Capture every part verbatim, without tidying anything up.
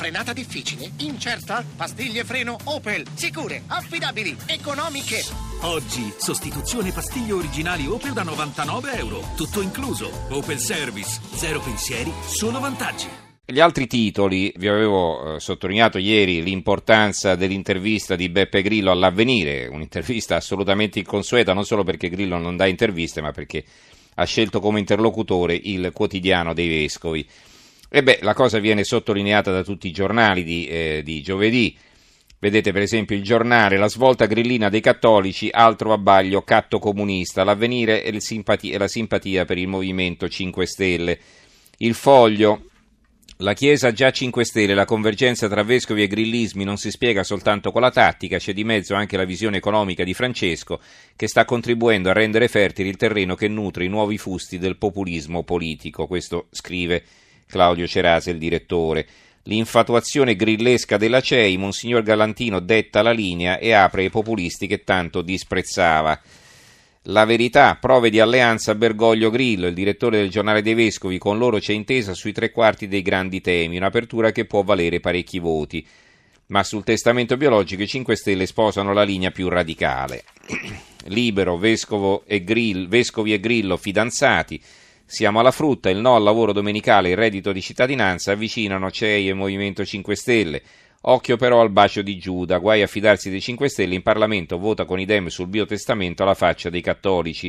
Frenata difficile? Incerta? Pastiglie freno Opel. Sicure, affidabili, economiche. Oggi, sostituzione pastiglie originali Opel da novantanove euro. Tutto incluso. Opel Service. Zero pensieri, solo vantaggi. Gli altri titoli, vi avevo eh, sottolineato ieri l'importanza dell'intervista di Beppe Grillo all'Avvenire, un'intervista assolutamente inconsueta, non solo perché Grillo non dà interviste, ma perché ha scelto come interlocutore il quotidiano dei vescovi. E beh, la cosa viene sottolineata da tutti i giornali di, eh, di giovedì. Vedete per esempio il Giornale, la svolta grillina dei cattolici, altro abbaglio catto comunista, l'Avvenire e, il simpati- e la simpatia per il Movimento cinque Stelle. Il Foglio, la Chiesa già cinque Stelle, la convergenza tra vescovi e grillismi non si spiega soltanto con la tattica, c'è di mezzo anche la visione economica di Francesco che sta contribuendo a rendere fertile il terreno che nutre i nuovi fusti del populismo politico. Questo scrive Claudio Cerase, il direttore. L'infatuazione grillesca della C E I, Monsignor Galantino detta la linea e apre ai populisti che tanto disprezzava. La Verità, prove di alleanza Bergoglio-Grillo, il direttore del Giornale dei Vescovi, con loro c'è intesa sui tre quarti dei grandi temi, un'apertura che può valere parecchi voti. Ma sul testamento biologico i cinque Stelle sposano la linea più radicale. Libero, Vescovo e Grillo, Vescovi e Grillo fidanzati, siamo alla frutta, il no al lavoro domenicale e il reddito di cittadinanza avvicinano C E I e Movimento cinque Stelle. Occhio però al bacio di Giuda, guai a fidarsi dei cinque Stelle, in Parlamento vota con i Dem sul biotestamento alla faccia dei cattolici.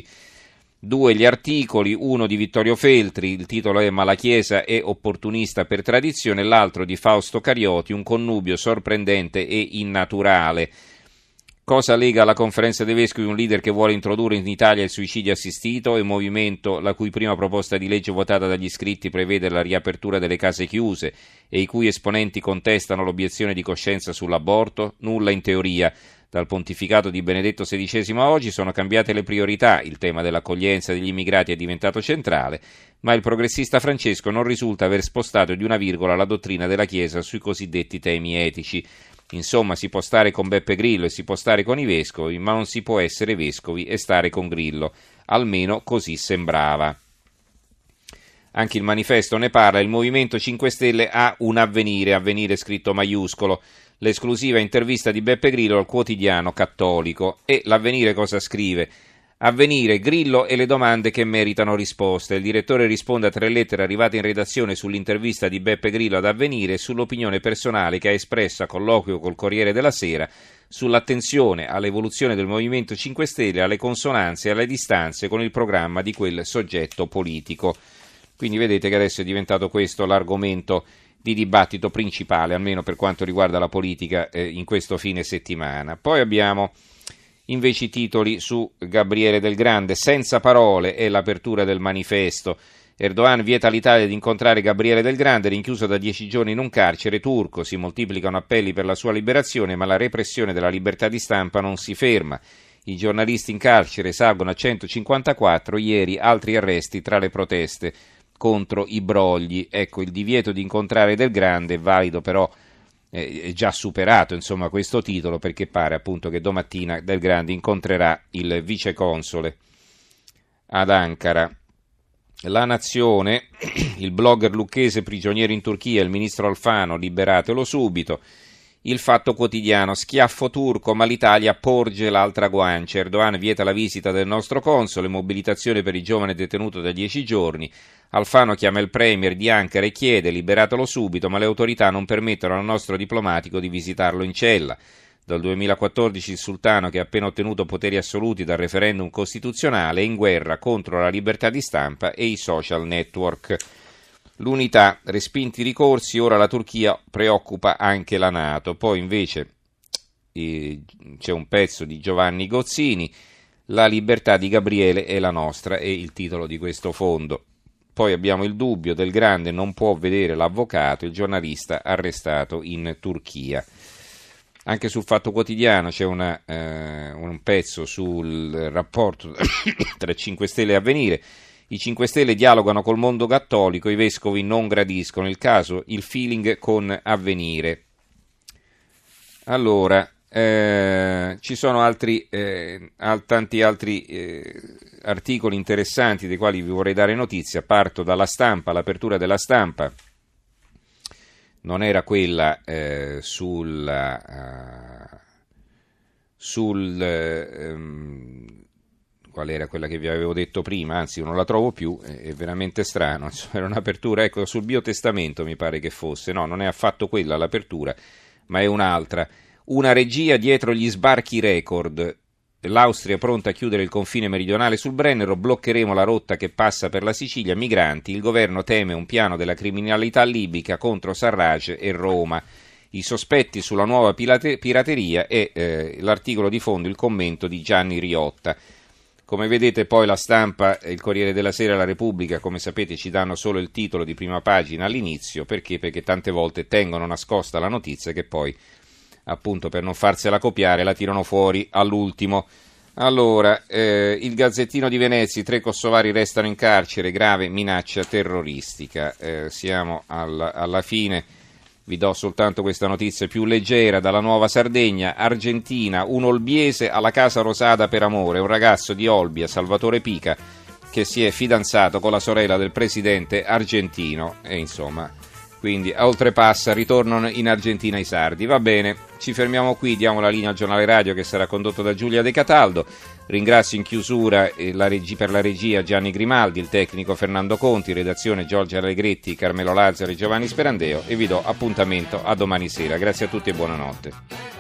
Due gli articoli, uno di Vittorio Feltri, il titolo è Ma la Chiesa è opportunista per tradizione, l'altro di Fausto Carioti, un connubio sorprendente e innaturale. Cosa lega alla conferenza dei vescovi un leader che vuole introdurre in Italia il suicidio assistito e un movimento la cui prima proposta di legge votata dagli iscritti prevede la riapertura delle case chiuse e i cui esponenti contestano l'obiezione di coscienza sull'aborto? Nulla in teoria. Dal pontificato di Benedetto sedicesimo a oggi sono cambiate le priorità, il tema dell'accoglienza degli immigrati è diventato centrale, ma il progressista Francesco non risulta aver spostato di una virgola la dottrina della Chiesa sui cosiddetti temi etici. Insomma, si può stare con Beppe Grillo e si può stare con i vescovi, ma non si può essere vescovi e stare con Grillo. Almeno così sembrava. Anche il Manifesto ne parla, il Movimento cinque Stelle ha un avvenire, avvenire scritto maiuscolo. L'esclusiva intervista di Beppe Grillo al quotidiano cattolico. E l'Avvenire cosa scrive? Avvenire, Grillo e le domande che meritano risposte. Il direttore risponde a tre lettere arrivate in redazione sull'intervista di Beppe Grillo ad Avvenire e sull'opinione personale che ha espresso a colloquio col Corriere della Sera sull'attenzione all'evoluzione del Movimento cinque Stelle, alle consonanze e alle distanze con il programma di quel soggetto politico. Quindi vedete che adesso è diventato questo l'argomento di dibattito principale, almeno per quanto riguarda la politica eh, in questo fine settimana. Poi abbiamo invece i titoli su Gabriele Del Grande, senza parole è l'apertura del Manifesto. Erdogan vieta all'Italia di incontrare Gabriele Del Grande, rinchiuso da dieci giorni in un carcere turco. Si moltiplicano appelli per la sua liberazione, ma la repressione della libertà di stampa non si ferma. I giornalisti in carcere salgono a centocinquantaquattro, ieri altri arresti tra le proteste contro i brogli. Ecco, il divieto di incontrare Del Grande è valido però è già superato, insomma, questo titolo, perché pare appunto che domattina Del Grande incontrerà il viceconsole ad Ankara. La Nazione, il blogger lucchese prigioniero in Turchia, il ministro Alfano, liberatelo subito. Il Fatto Quotidiano, schiaffo turco, ma l'Italia porge l'altra guancia. Erdogan vieta la visita del nostro console, mobilitazione per il giovane detenuto da dieci giorni. Alfano chiama il premier di Ankara e chiede liberatelo subito, ma le autorità non permettono al nostro diplomatico di visitarlo in cella. Dal duemilaquattordici il sultano, che ha appena ottenuto poteri assoluti dal referendum costituzionale, è in guerra contro la libertà di stampa e i social network. L'Unità, respinti i ricorsi, ora la Turchia preoccupa anche la NATO. Poi invece eh, c'è un pezzo di Giovanni Gozzini, la libertà di Gabriele è la nostra, è il titolo di questo fondo. Poi abbiamo il dubbio, Del Grande non può vedere l'avvocato, il giornalista arrestato in Turchia. Anche sul Fatto Quotidiano c'è una, eh, un pezzo sul rapporto tra cinque Stelle e Avvenire. I cinque Stelle dialogano col mondo cattolico, i vescovi non gradiscono il caso, il feeling con Avvenire. Allora, eh, ci sono altri, eh, tanti altri eh, articoli interessanti dei quali vi vorrei dare notizia. Parto dalla Stampa, l'apertura della Stampa. non era quella eh, sul, uh, sul um, qual era quella che vi avevo detto prima, anzi non la trovo più, è veramente strano, era un'apertura, ecco, sul biotestamento mi pare che fosse, no, non è affatto quella l'apertura, ma è un'altra, una regia dietro gli sbarchi record, l'Austria pronta a chiudere il confine meridionale sul Brennero, bloccheremo la rotta che passa per la Sicilia, migranti, il governo teme un piano della criminalità libica contro Sarraj e Roma. I sospetti sulla nuova pirate- pirateria e eh, l'articolo di fondo, il commento di Gianni Riotta. Come vedete poi la Stampa, il Corriere della Sera e la Repubblica, come sapete, ci danno solo il titolo di prima pagina all'inizio, perché? Perché tante volte tengono nascosta la notizia che poi, appunto, per non farsela copiare, la tirano fuori all'ultimo. Allora, eh, il Gazzettino di Venezia, i tre kosovari restano in carcere, grave minaccia terroristica. Eh, siamo al, alla fine. Vi do soltanto questa notizia più leggera dalla Nuova Sardegna. Argentina, un olbiese alla Casa Rosada per amore, un ragazzo di Olbia, Salvatore Pica, che si è fidanzato con la sorella del presidente argentino e insomma, quindi oltrepassa, ritornano in Argentina i sardi. Va bene, ci fermiamo qui, diamo la linea al giornale radio che sarà condotto da Giulia De Cataldo. Ringrazio in chiusura la regi- per la regia Gianni Grimaldi, il tecnico Fernando Conti, redazione Giorgia Allegretti, Carmelo Lazzaro e Giovanni Sperandeo e vi do appuntamento a domani sera. Grazie a tutti e buonanotte.